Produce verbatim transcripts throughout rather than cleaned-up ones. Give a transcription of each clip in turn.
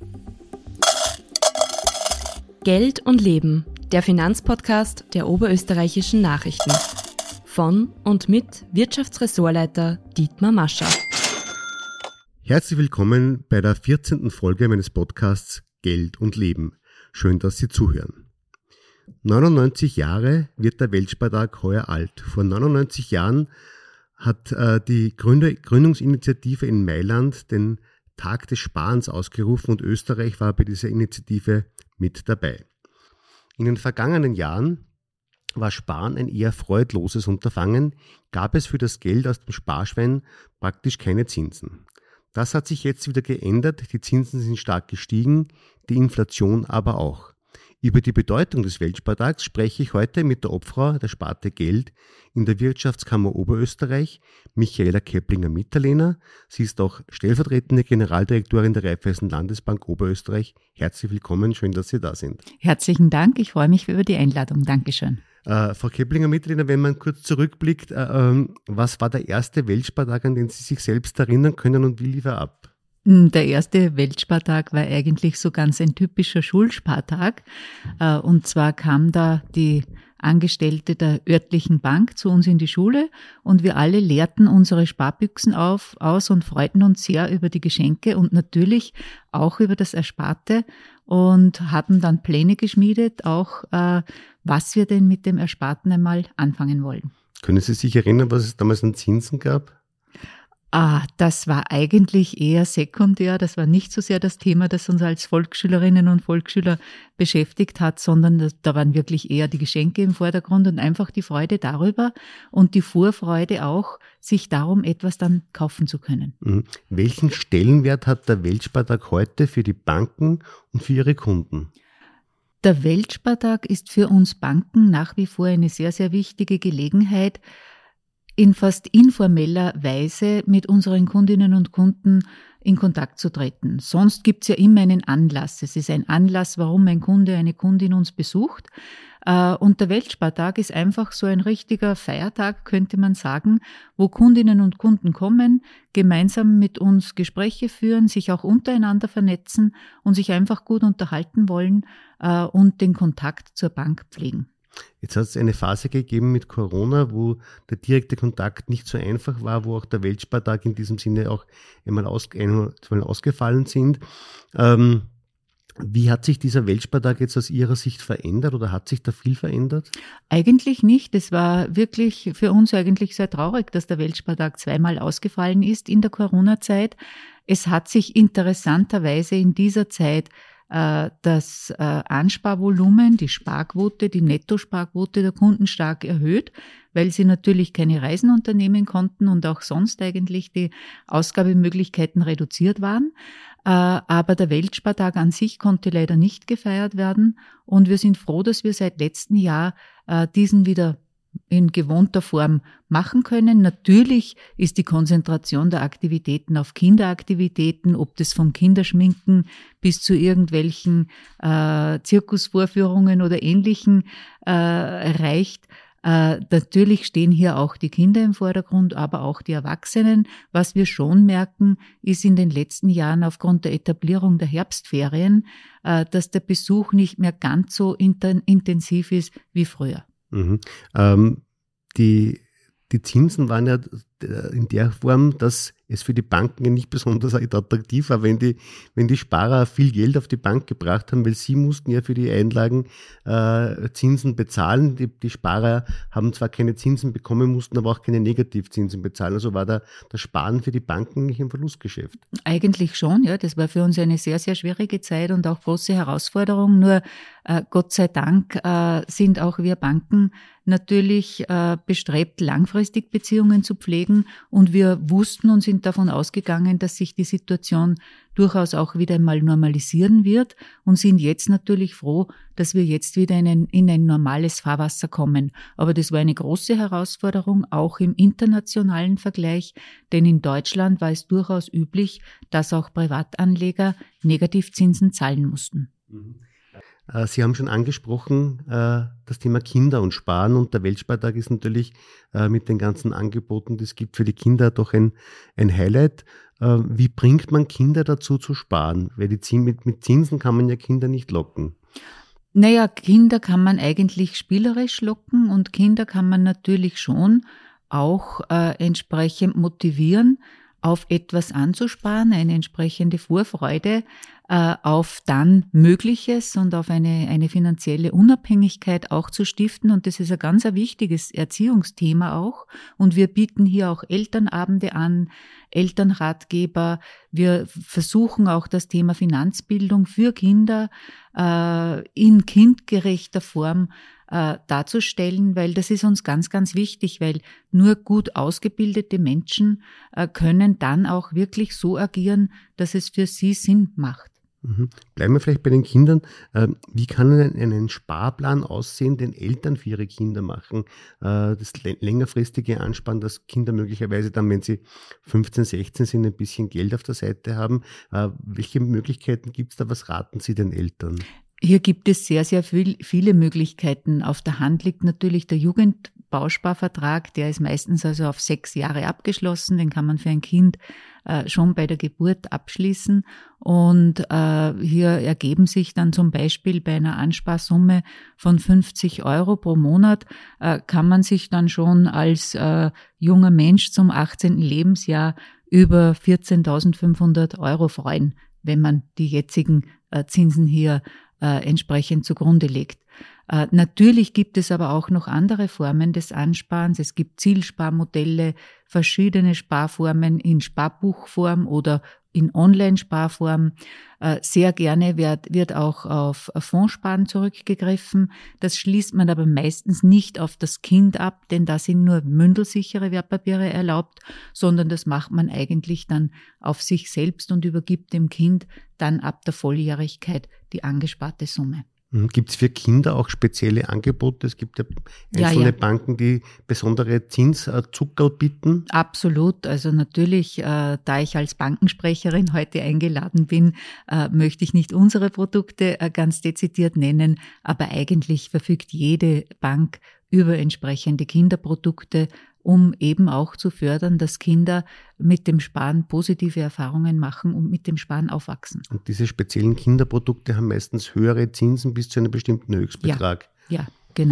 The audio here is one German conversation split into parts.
Geld und Leben, der Finanzpodcast der Oberösterreichischen Nachrichten. Von und mit Wirtschaftsressortleiter Dietmar Mascher. Herzlich willkommen bei der vierzehnten Folge meines Podcasts Geld und Leben. Schön, dass Sie zuhören. neunundneunzig Jahre wird der Weltspartag heuer alt. Vor neunundneunzig Jahren hat äh, die Gründer, Gründungsinitiative in Mailand den Tag des Sparens ausgerufen und Österreich war bei dieser Initiative mit dabei. In den vergangenen Jahren war Sparen ein eher freudloses Unterfangen, gab es für das Geld aus dem Sparschwein praktisch keine Zinsen. Das hat sich jetzt wieder geändert, die Zinsen sind stark gestiegen, die Inflation aber auch. Über die Bedeutung des Weltspartags spreche ich heute mit der Obfrau der Sparte Geld in der Wirtschaftskammer Oberösterreich, Michaela Keplinger-Mitterlehner. Sie ist auch stellvertretende Generaldirektorin der Raiffeisen Landesbank Oberösterreich. Herzlich willkommen, schön, dass Sie da sind. Herzlichen Dank, ich freue mich über die Einladung. Dankeschön. Äh, Frau Keplinger-Mitterlehner, wenn man kurz zurückblickt, äh, äh, was war der erste Weltspartag, an den Sie sich selbst erinnern können und wie lief er ab? Der erste Weltspartag war eigentlich so ganz ein typischer Schulspartag. Und zwar kam da die Angestellte der örtlichen Bank zu uns in die Schule und wir alle leerten unsere Sparbüchsen auf, aus und freuten uns sehr über die Geschenke und natürlich auch über das Ersparte und hatten dann Pläne geschmiedet, auch äh, was wir denn mit dem Ersparten einmal anfangen wollen. Können Sie sich erinnern, was es damals an Zinsen gab? Ah, das war eigentlich eher sekundär. Das war nicht so sehr das Thema, das uns als Volksschülerinnen und Volksschüler beschäftigt hat, sondern das, da waren wirklich eher die Geschenke im Vordergrund und einfach die Freude darüber und die Vorfreude auch, sich darum etwas dann kaufen zu können. Mhm. Welchen Stellenwert hat der Weltspartag heute für die Banken und für ihre Kunden? Der Weltspartag ist für uns Banken nach wie vor eine sehr, sehr wichtige Gelegenheit, in fast informeller Weise mit unseren Kundinnen und Kunden in Kontakt zu treten. Sonst gibt es ja immer einen Anlass. Es ist ein Anlass, warum ein Kunde, eine Kundin uns besucht. Und der Weltspartag ist einfach so ein richtiger Feiertag, könnte man sagen, wo Kundinnen und Kunden kommen, gemeinsam mit uns Gespräche führen, sich auch untereinander vernetzen und sich einfach gut unterhalten wollen und den Kontakt zur Bank pflegen. Jetzt hat es eine Phase gegeben mit Corona, wo der direkte Kontakt nicht so einfach war, wo auch der Weltspartag in diesem Sinne auch einmal, aus, einmal ausgefallen sind. Ähm, wie hat sich dieser Weltspartag jetzt aus Ihrer Sicht verändert oder hat sich da viel verändert? Eigentlich nicht. Es war wirklich für uns eigentlich sehr traurig, dass der Weltspartag zweimal ausgefallen ist in der Corona-Zeit. Es hat sich interessanterweise in dieser Zeit das Ansparvolumen, die Sparquote, die Nettosparquote der Kunden stark erhöht, weil sie natürlich keine Reisen unternehmen konnten und auch sonst eigentlich die Ausgabemöglichkeiten reduziert waren. Aber der Weltspartag an sich konnte leider nicht gefeiert werden und wir sind froh, dass wir seit letztem Jahr diesen wieder in gewohnter Form machen können. Natürlich ist die Konzentration der Aktivitäten auf Kinderaktivitäten, ob das vom Kinderschminken bis zu irgendwelchen äh, Zirkusvorführungen oder Ähnlichen äh, reicht. Äh, natürlich stehen hier auch die Kinder im Vordergrund, aber auch die Erwachsenen. Was wir schon merken, ist in den letzten Jahren aufgrund der Etablierung der Herbstferien, äh, dass der Besuch nicht mehr ganz so inter- intensiv ist wie früher. Mhm. Ähm, die, die Zinsen waren ja in der Form, dass es für die Banken ja nicht besonders attraktiv war, wenn die, wenn die Sparer viel Geld auf die Bank gebracht haben, weil sie mussten ja für die Einlagen äh, Zinsen bezahlen. Die, die Sparer haben zwar keine Zinsen bekommen, mussten aber auch keine Negativzinsen bezahlen. Also war da das Sparen für die Banken nicht ein Verlustgeschäft. Eigentlich schon, ja. Das war für uns eine sehr, sehr schwierige Zeit und auch große Herausforderung. Nur äh, Gott sei Dank äh, sind auch wir Banken natürlich äh, bestrebt, langfristig Beziehungen zu pflegen. Und wir wussten und sind davon ausgegangen, dass sich die Situation durchaus auch wieder einmal normalisieren wird und sind jetzt natürlich froh, dass wir jetzt wieder in ein, in ein normales Fahrwasser kommen. Aber das war eine große Herausforderung, auch im internationalen Vergleich, denn in Deutschland war es durchaus üblich, dass auch Privatanleger Negativzinsen zahlen mussten. Sie haben schon angesprochen, das Thema Kinder und Sparen, und der Weltspartag ist natürlich mit den ganzen Angeboten, die es gibt für die Kinder, doch ein, ein Highlight. Wie bringt man Kinder dazu zu sparen? Weil die Zins, mit, mit Zinsen kann man ja Kinder nicht locken. Naja, Kinder kann man eigentlich spielerisch locken und Kinder kann man natürlich schon auch äh, entsprechend motivieren, auf etwas anzusparen, eine entsprechende Vorfreude äh, auf dann Mögliches und auf eine, eine finanzielle Unabhängigkeit auch zu stiften. Und das ist ein ganz ein wichtiges Erziehungsthema auch. Und wir bieten hier auch Elternabende an, Elternratgeber. Wir versuchen auch das Thema Finanzbildung für Kinder äh, in kindgerechter Form äh, darzustellen, weil das ist uns ganz, ganz wichtig, weil nur gut ausgebildete Menschen äh, können dann auch wirklich so agieren, dass es für sie Sinn macht. Mhm. Bleiben wir vielleicht bei den Kindern. Wie kann ein, ein Sparplan aussehen, den Eltern für ihre Kinder machen? Das längerfristige Ansparen, dass Kinder möglicherweise dann, wenn sie fünfzehn, sechzehn sind, ein bisschen Geld auf der Seite haben. Welche Möglichkeiten gibt es da? Was raten Sie den Eltern? Hier gibt es sehr, sehr viel, viele Möglichkeiten. Auf der Hand liegt natürlich der Jugendbausparvertrag, der ist meistens also auf sechs Jahre abgeschlossen. Den kann man für ein Kind äh, schon bei der Geburt abschließen. Und äh, hier ergeben sich dann zum Beispiel bei einer Ansparsumme von fünfzig Euro pro Monat, äh, kann man sich dann schon als äh, junger Mensch zum achtzehnten Lebensjahr über vierzehntausendfünfhundert Euro freuen, wenn man die jetzigen äh, Zinsen hier Äh, entsprechend zugrunde legt. Äh, natürlich gibt es aber auch noch andere Formen des Ansparens. Es gibt Zielsparmodelle, verschiedene Sparformen in Sparbuchform oder in Online-Sparform. Äh, sehr gerne wird, wird auch auf Fondssparen zurückgegriffen. Das schließt man aber meistens nicht auf das Kind ab, denn da sind nur mündelsichere Wertpapiere erlaubt, sondern das macht man eigentlich dann auf sich selbst und übergibt dem Kind dann ab der Volljährigkeit die angesparte Summe. Gibt es für Kinder auch spezielle Angebote? Es gibt ja einzelne ja, ja. Banken, die besondere Zinszuckerl bieten. Absolut. Also natürlich, äh, da ich als Bankensprecherin heute eingeladen bin, äh, möchte ich nicht unsere Produkte äh, ganz dezidiert nennen, aber eigentlich verfügt jede Bank über entsprechende Kinderprodukte, um eben auch zu fördern, dass Kinder mit dem Sparen positive Erfahrungen machen und mit dem Sparen aufwachsen. Und diese speziellen Kinderprodukte haben meistens höhere Zinsen bis zu einem bestimmten Höchstbetrag. Ja, ja, genau.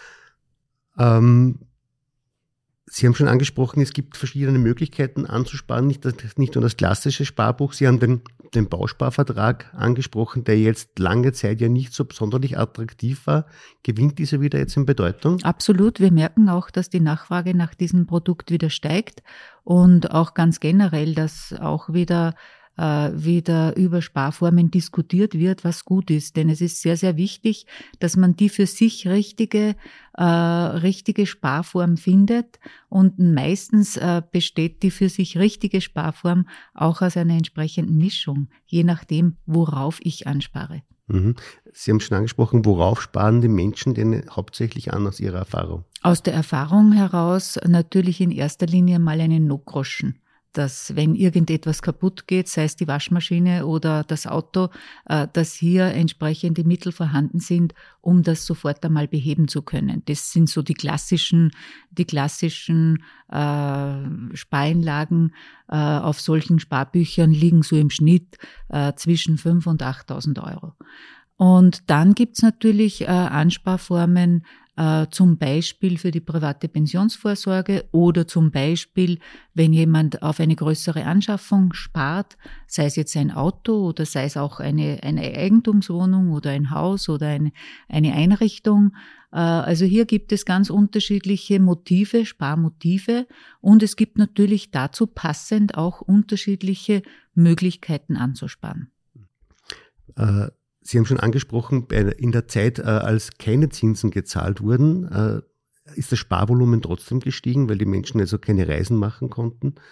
Ähm, Sie haben schon angesprochen, es gibt verschiedene Möglichkeiten anzusparen, nicht, das, nicht nur das klassische Sparbuch. Sie haben den, den Bausparvertrag angesprochen, der jetzt lange Zeit ja nicht so sonderlich attraktiv war. Gewinnt dieser wieder jetzt in Bedeutung? Absolut. Wir merken auch, dass die Nachfrage nach diesem Produkt wieder steigt und auch ganz generell, dass auch wieder wieder über Sparformen diskutiert wird, was gut ist. Denn es ist sehr, sehr wichtig, dass man die für sich richtige, äh, richtige Sparform findet. Und meistens äh, besteht die für sich richtige Sparform auch aus einer entsprechenden Mischung, je nachdem, worauf ich anspare. Mhm. Sie haben schon angesprochen, worauf sparen die Menschen denn hauptsächlich an aus Ihrer Erfahrung? Aus der Erfahrung heraus natürlich in erster Linie mal einen Notgroschen. Dass wenn irgendetwas kaputt geht, sei es die Waschmaschine oder das Auto, dass hier entsprechende Mittel vorhanden sind, um das sofort einmal beheben zu können. Das sind so die klassischen, die klassischen äh, Spareinlagen. Äh, auf solchen Sparbüchern liegen so im Schnitt äh, zwischen fünftausend und achttausend Euro. Und dann gibt's natürlich äh, Ansparformen, äh, zum Beispiel für die private Pensionsvorsorge oder zum Beispiel, wenn jemand auf eine größere Anschaffung spart, sei es jetzt ein Auto oder sei es auch eine, eine Eigentumswohnung oder ein Haus oder eine, eine Einrichtung. Äh, also hier gibt es ganz unterschiedliche Motive, Sparmotive, und es gibt natürlich dazu passend auch unterschiedliche Möglichkeiten anzusparen. Äh Sie haben schon angesprochen, in der Zeit, als keine Zinsen gezahlt wurden, ist das Sparvolumen trotzdem gestiegen, weil die Menschen also keine Reisen machen konnten.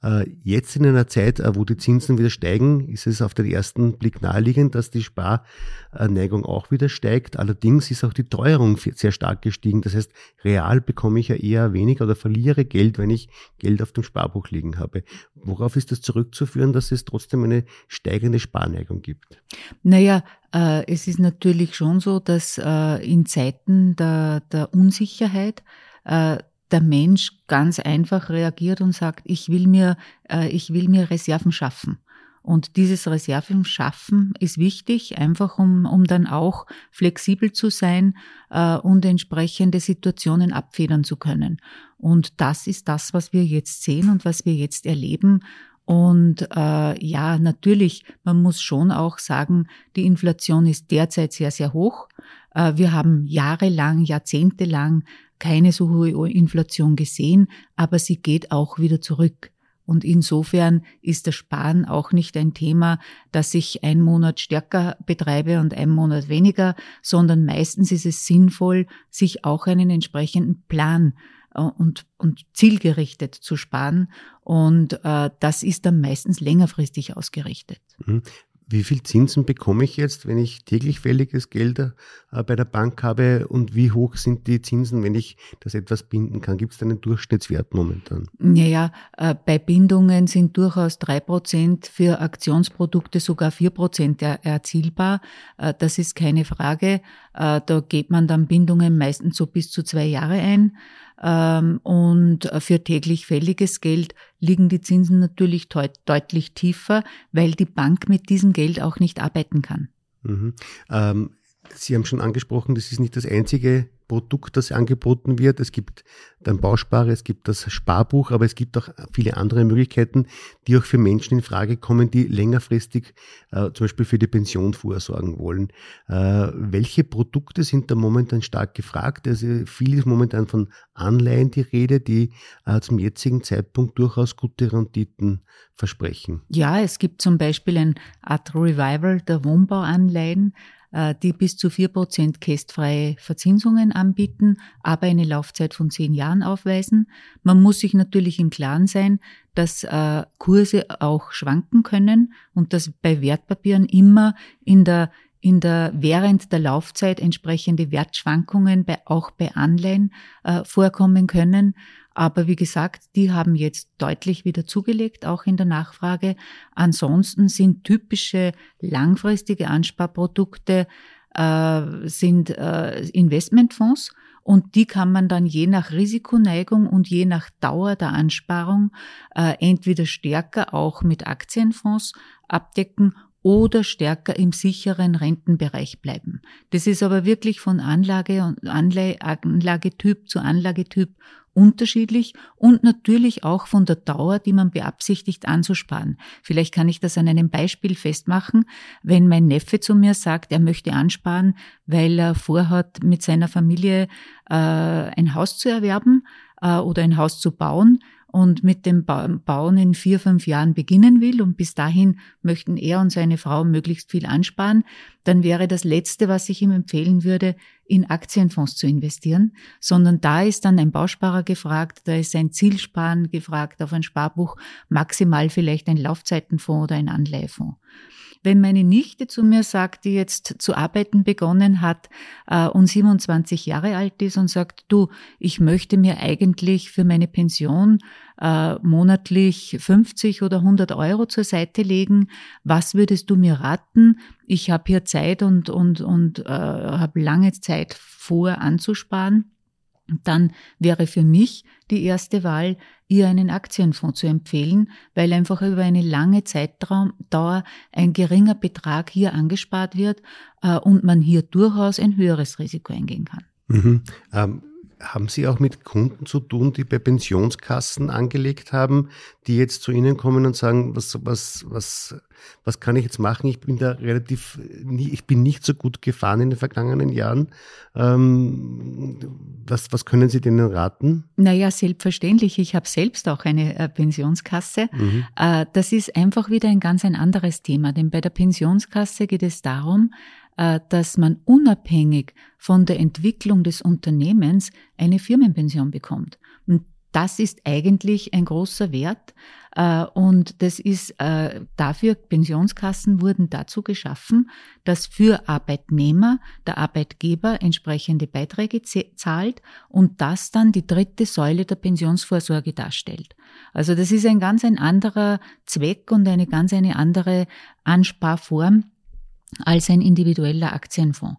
Jetzt in einer Zeit, wo die Zinsen wieder steigen, ist es auf den ersten Blick naheliegend, dass die Sparneigung auch wieder steigt. Allerdings ist auch die Teuerung sehr stark gestiegen. Das heißt, real bekomme ich ja eher weniger oder verliere Geld, wenn ich Geld auf dem Sparbuch liegen habe. Worauf ist das zurückzuführen, dass es trotzdem eine steigende Sparneigung gibt? Naja, äh, es ist natürlich schon so, dass äh, in Zeiten der, der Unsicherheit äh, der Mensch ganz einfach reagiert und sagt, ich will mir, äh, ich will mir Reserven schaffen. Und dieses Reserven schaffen ist wichtig, einfach um, um dann auch flexibel zu sein äh, und entsprechende Situationen abfedern zu können. Und das ist das, was wir jetzt sehen und was wir jetzt erleben. Und äh, ja, natürlich, man muss schon auch sagen, die Inflation ist derzeit sehr, sehr hoch. Äh, wir haben jahrelang, jahrzehntelang keine so hohe Inflation gesehen, aber sie geht auch wieder zurück. Und insofern ist das Sparen auch nicht ein Thema, dass ich einen Monat stärker betreibe und einen Monat weniger, sondern meistens ist es sinnvoll, sich auch einen entsprechenden Plan und, und zielgerichtet zu sparen. Und äh, das ist dann meistens längerfristig ausgerichtet. Wie viel Zinsen bekomme ich jetzt, wenn ich täglich fälliges Geld äh, bei der Bank habe, und wie hoch sind die Zinsen, wenn ich das etwas binden kann? Gibt es da einen Durchschnittswert momentan? Naja, äh, bei Bindungen sind durchaus drei Prozent, für Aktionsprodukte sogar vier Prozent er, erzielbar. Äh, das ist keine Frage. Äh, da geht man dann Bindungen meistens so bis zu zwei Jahre ein. Ähm, und für täglich fälliges Geld liegen die Zinsen natürlich deut- deutlich tiefer, weil die Bank mit diesem Geld auch nicht arbeiten kann. Mhm. Ähm, Sie haben schon angesprochen, das ist nicht das einzige Produkt, das angeboten wird. Es gibt den Bausparer, es gibt das Sparbuch, aber es gibt auch viele andere Möglichkeiten, die auch für Menschen in Frage kommen, die längerfristig äh, zum Beispiel für die Pension vorsorgen wollen. Äh, welche Produkte sind da momentan stark gefragt? Also viel ist momentan von Anleihen die Rede, die äh, zum jetzigen Zeitpunkt durchaus gute Renditen versprechen. Ja, es gibt zum Beispiel ein Art Revival der Wohnbauanleihen, die bis zu vier Prozent kästfreie Verzinsungen anbieten, aber eine Laufzeit von zehn Jahren aufweisen. Man muss sich natürlich im Klaren sein, dass äh, Kurse auch schwanken können und dass bei Wertpapieren immer in der in der während der Laufzeit entsprechende Wertschwankungen bei, auch bei Anleihen äh, vorkommen können. Aber wie gesagt, die haben jetzt deutlich wieder zugelegt, auch in der Nachfrage. Ansonsten sind typische langfristige Ansparprodukte äh, sind äh, Investmentfonds, und die kann man dann je nach Risikoneigung und je nach Dauer der Ansparung äh, entweder stärker auch mit Aktienfonds abdecken oder stärker im sicheren Rentenbereich bleiben. Das ist aber wirklich von Anlage und Anle- Anlagetyp zu Anlagetyp unterschiedlich und natürlich auch von der Dauer, die man beabsichtigt anzusparen. Vielleicht kann ich das an einem Beispiel festmachen. Wenn mein Neffe zu mir sagt, er möchte ansparen, weil er vorhat, mit seiner Familie äh, ein Haus zu erwerben äh, oder ein Haus zu bauen, und mit dem Bauen in vier, fünf Jahren beginnen will und bis dahin möchten er und seine Frau möglichst viel ansparen, dann wäre das Letzte, was ich ihm empfehlen würde, in Aktienfonds zu investieren, sondern da ist dann ein Bausparer gefragt, da ist ein Zielsparen gefragt auf ein Sparbuch, maximal vielleicht ein Laufzeitenfonds oder ein Anleihefonds. Wenn meine Nichte zu mir sagt, die jetzt zu arbeiten begonnen hat äh, und siebenundzwanzig Jahre alt ist und sagt, du, ich möchte mir eigentlich für meine Pension äh, monatlich fünfzig oder hundert Euro zur Seite legen, was würdest du mir raten? Ich habe hier Zeit und, und, und äh, habe lange Zeit vor anzusparen. Dann wäre für mich die erste Wahl, ihr einen Aktienfonds zu empfehlen, weil einfach über eine lange Zeitdauer ein geringer Betrag hier angespart wird äh, und man hier durchaus ein höheres Risiko eingehen kann. Mhm. Ähm, haben Sie auch mit Kunden zu tun, die bei Pensionskassen angelegt haben, die jetzt zu Ihnen kommen und sagen, was, was, was, was kann ich jetzt machen? Ich bin da relativ, ich bin nicht so gut gefahren in den vergangenen Jahren. Ähm, was, was können Sie denen raten? Naja, selbstverständlich. Ich habe selbst auch eine äh, Pensionskasse. Mhm. Äh, das ist einfach wieder ein ganz ein anderes Thema, denn bei der Pensionskasse geht es darum, dass man unabhängig von der Entwicklung des Unternehmens eine Firmenpension bekommt. Und das ist eigentlich ein großer Wert. Und das ist dafür, Pensionskassen wurden dazu geschaffen, dass für Arbeitnehmer der Arbeitgeber entsprechende Beiträge zahlt und das dann die dritte Säule der Pensionsvorsorge darstellt. Also das ist ein ganz ein anderer Zweck und eine ganz eine andere Ansparform als ein individueller Aktienfonds.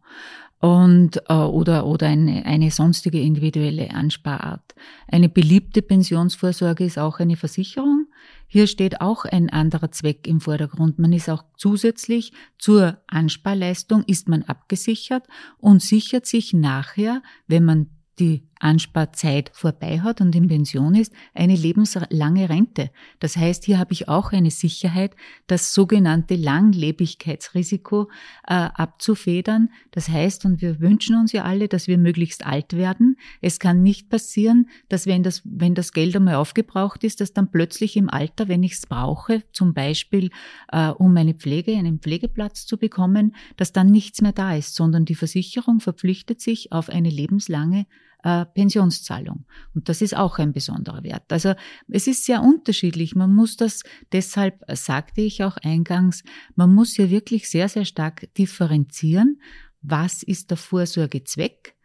Und, äh, oder, oder eine, eine sonstige individuelle Ansparart. Eine beliebte Pensionsvorsorge ist auch eine Versicherung. Hier steht auch ein anderer Zweck im Vordergrund. Man ist auch zusätzlich zur Ansparleistung ist man abgesichert und sichert sich nachher, wenn man die Ansparzeit vorbei hat und in Pension ist, eine lebenslange Rente. Das heißt, hier habe ich auch eine Sicherheit, das sogenannte Langlebigkeitsrisiko äh, abzufedern. Das heißt, und wir wünschen uns ja alle, dass wir möglichst alt werden. Es kann nicht passieren, dass wenn das, wenn das Geld einmal aufgebraucht ist, dass dann plötzlich im Alter, wenn ich es brauche, zum Beispiel äh, um eine Pflege, einen Pflegeplatz zu bekommen, dass dann nichts mehr da ist, sondern die Versicherung verpflichtet sich auf eine lebenslange Pensionszahlung. Und das ist auch ein besonderer Wert. Also es ist sehr unterschiedlich. Man muss das, deshalb sagte ich auch eingangs, man muss ja wirklich sehr, sehr stark differenzieren. Was ist der Vorsorgezweck?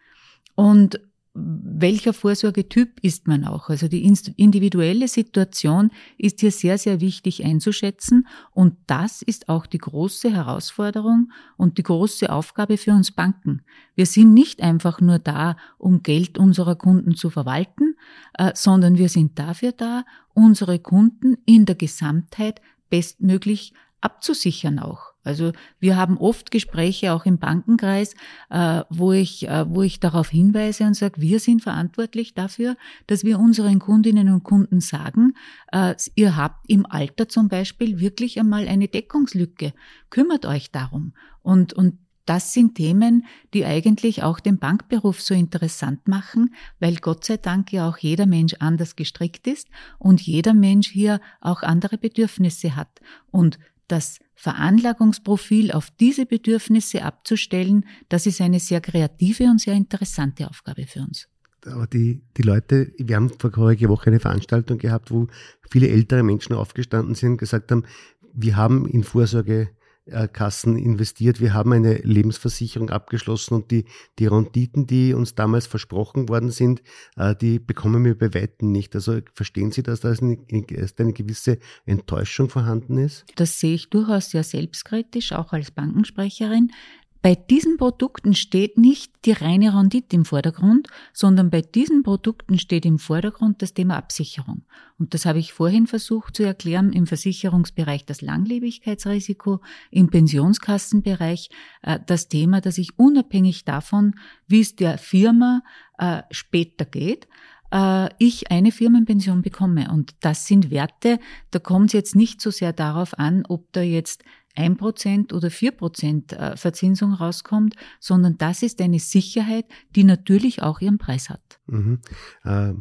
Und welcher Vorsorgetyp ist man auch? Also die individuelle Situation ist hier sehr, sehr wichtig einzuschätzen und das ist auch die große Herausforderung und die große Aufgabe für uns Banken. Wir sind nicht einfach nur da, um Geld unserer Kunden zu verwalten, äh, sondern wir sind dafür da, unsere Kunden in der Gesamtheit bestmöglich abzusichern auch. Also wir haben oft Gespräche auch im Bankenkreis, äh, wo ich, äh, wo ich darauf hinweise und sage, wir sind verantwortlich dafür, dass wir unseren Kundinnen und Kunden sagen, äh, ihr habt im Alter zum Beispiel wirklich einmal eine Deckungslücke. Kümmert euch darum. Und, und das sind Themen, die eigentlich auch den Bankberuf so interessant machen, weil Gott sei Dank ja auch jeder Mensch anders gestrickt ist und jeder Mensch hier auch andere Bedürfnisse hat. Und das Veranlagungsprofil auf diese Bedürfnisse abzustellen, das ist eine sehr kreative und sehr interessante Aufgabe für uns. Aber die, die Leute, wir haben vor vorige Woche eine Veranstaltung gehabt, wo viele ältere Menschen aufgestanden sind und gesagt haben, wir haben in Vorsorgekassen investiert, wir haben eine Lebensversicherung abgeschlossen und die, die Renditen, die uns damals versprochen worden sind, die bekommen wir bei Weitem nicht. Also verstehen Sie, dass da eine, eine gewisse Enttäuschung vorhanden ist? Das sehe ich durchaus sehr selbstkritisch, auch als Bankensprecherin. Bei diesen Produkten steht nicht die reine Rendite im Vordergrund, sondern bei diesen Produkten steht im Vordergrund das Thema Absicherung. Und das habe ich vorhin versucht zu erklären, im Versicherungsbereich das Langlebigkeitsrisiko, im Pensionskassenbereich äh, das Thema, dass ich unabhängig davon, wie es der Firma äh, später geht, äh, ich eine Firmenpension bekomme. Und das sind Werte, da kommt es jetzt nicht so sehr darauf an, ob da jetzt ein Prozent oder vier Prozent Verzinsung rauskommt, sondern das ist eine Sicherheit, die natürlich auch ihren Preis hat. Mhm. Äh,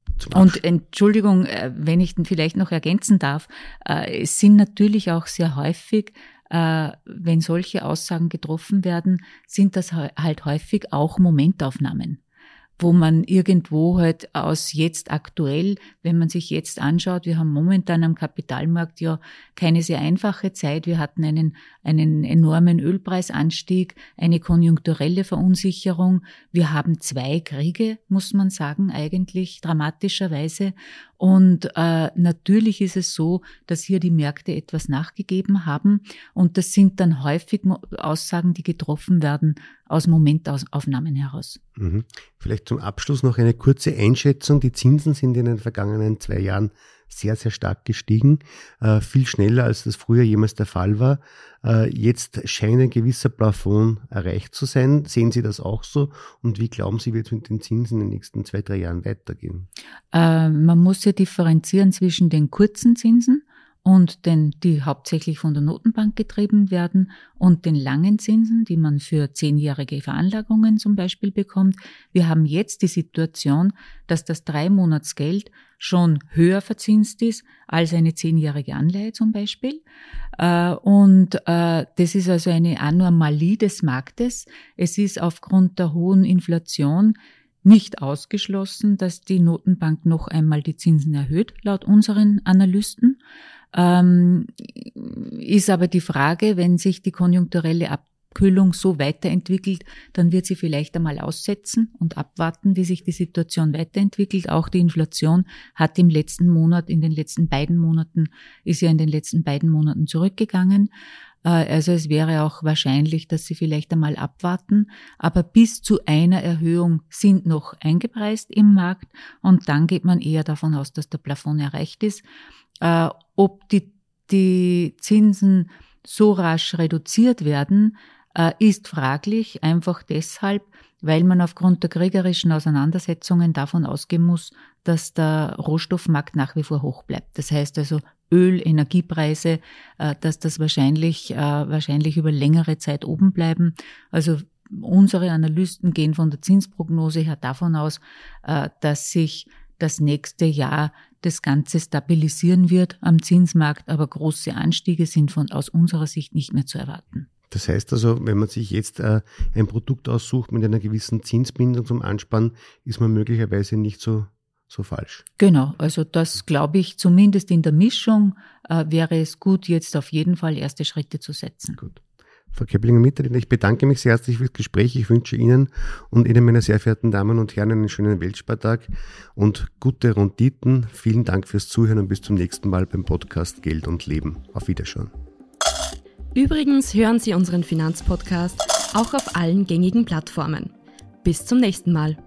Und Entschuldigung, wenn ich vielleicht noch ergänzen darf, es sind natürlich auch sehr häufig, wenn solche Aussagen getroffen werden, sind das halt häufig auch Momentaufnahmen, wo man irgendwo halt aus jetzt aktuell, wenn man sich jetzt anschaut, wir haben momentan am Kapitalmarkt ja keine sehr einfache Zeit. Wir hatten einen, einen enormen Ölpreisanstieg, eine konjunkturelle Verunsicherung. Wir haben zwei Kriege, muss man sagen, eigentlich dramatischerweise. Und äh, natürlich ist es so, dass hier die Märkte etwas nachgegeben haben. Und das sind dann häufig Aussagen, die getroffen werden aus Momentaufnahmen heraus. Mhm. Vielleicht zum Abschluss noch eine kurze Einschätzung. Die Zinsen sind in den vergangenen zwei Jahren sehr, sehr stark gestiegen, äh, viel schneller, als das früher jemals der Fall war. Äh, jetzt scheint ein gewisser Plafond erreicht zu sein. Sehen Sie das auch so? Und wie glauben Sie, wird es mit den Zinsen in den nächsten zwei, drei Jahren weitergehen? Äh, man muss ja differenzieren zwischen den kurzen Zinsen und den, die hauptsächlich von der Notenbank getrieben werden, und den langen Zinsen, die man für zehnjährige Veranlagungen zum Beispiel bekommt. Wir haben jetzt die Situation, dass das Drei-Monats-Geld schon höher verzinst ist als eine zehnjährige Anleihe zum Beispiel. Und das ist also eine Anomalie des Marktes. Es ist aufgrund der hohen Inflation nicht ausgeschlossen, dass die Notenbank noch einmal die Zinsen erhöht, laut unseren Analysten. Ähm, ist aber die Frage, wenn sich die konjunkturelle Abkühlung so weiterentwickelt, dann wird sie vielleicht einmal aussetzen und abwarten, wie sich die Situation weiterentwickelt. Auch die Inflation hat im letzten Monat, in den letzten beiden Monaten, ist ja in den letzten beiden Monaten zurückgegangen. Also es wäre auch wahrscheinlich, dass sie vielleicht einmal abwarten, aber bis zu einer Erhöhung sind noch eingepreist im Markt und dann geht man eher davon aus, dass der Plafond erreicht ist. Äh, ob die, die Zinsen so rasch reduziert werden, äh, ist fraglich, einfach deshalb, weil man aufgrund der kriegerischen Auseinandersetzungen davon ausgehen muss, dass der Rohstoffmarkt nach wie vor hoch bleibt. Das heißt also Öl, Energiepreise, äh, dass das wahrscheinlich, äh, wahrscheinlich über längere Zeit oben bleiben. Also unsere Analysten gehen von der Zinsprognose her davon aus, äh, dass sich das nächste Jahr das Ganze stabilisieren wird am Zinsmarkt, aber große Anstiege sind von aus unserer Sicht nicht mehr zu erwarten. Das heißt also, wenn man sich jetzt äh, ein Produkt aussucht mit einer gewissen Zinsbindung zum Ansparen, ist man möglicherweise nicht so, so falsch. Genau, also das glaube ich, zumindest in der Mischung äh, wäre es gut, jetzt auf jeden Fall erste Schritte zu setzen. Gut. Frau Keblinger-Mitterlehner, ich bedanke mich sehr herzlich fürs Gespräch. Ich wünsche Ihnen und Ihnen, meine sehr verehrten Damen und Herren, einen schönen Weltspartag und gute Renditen. Vielen Dank fürs Zuhören und bis zum nächsten Mal beim Podcast Geld und Leben. Auf Wiederschauen. Übrigens hören Sie unseren Finanzpodcast auch auf allen gängigen Plattformen. Bis zum nächsten Mal.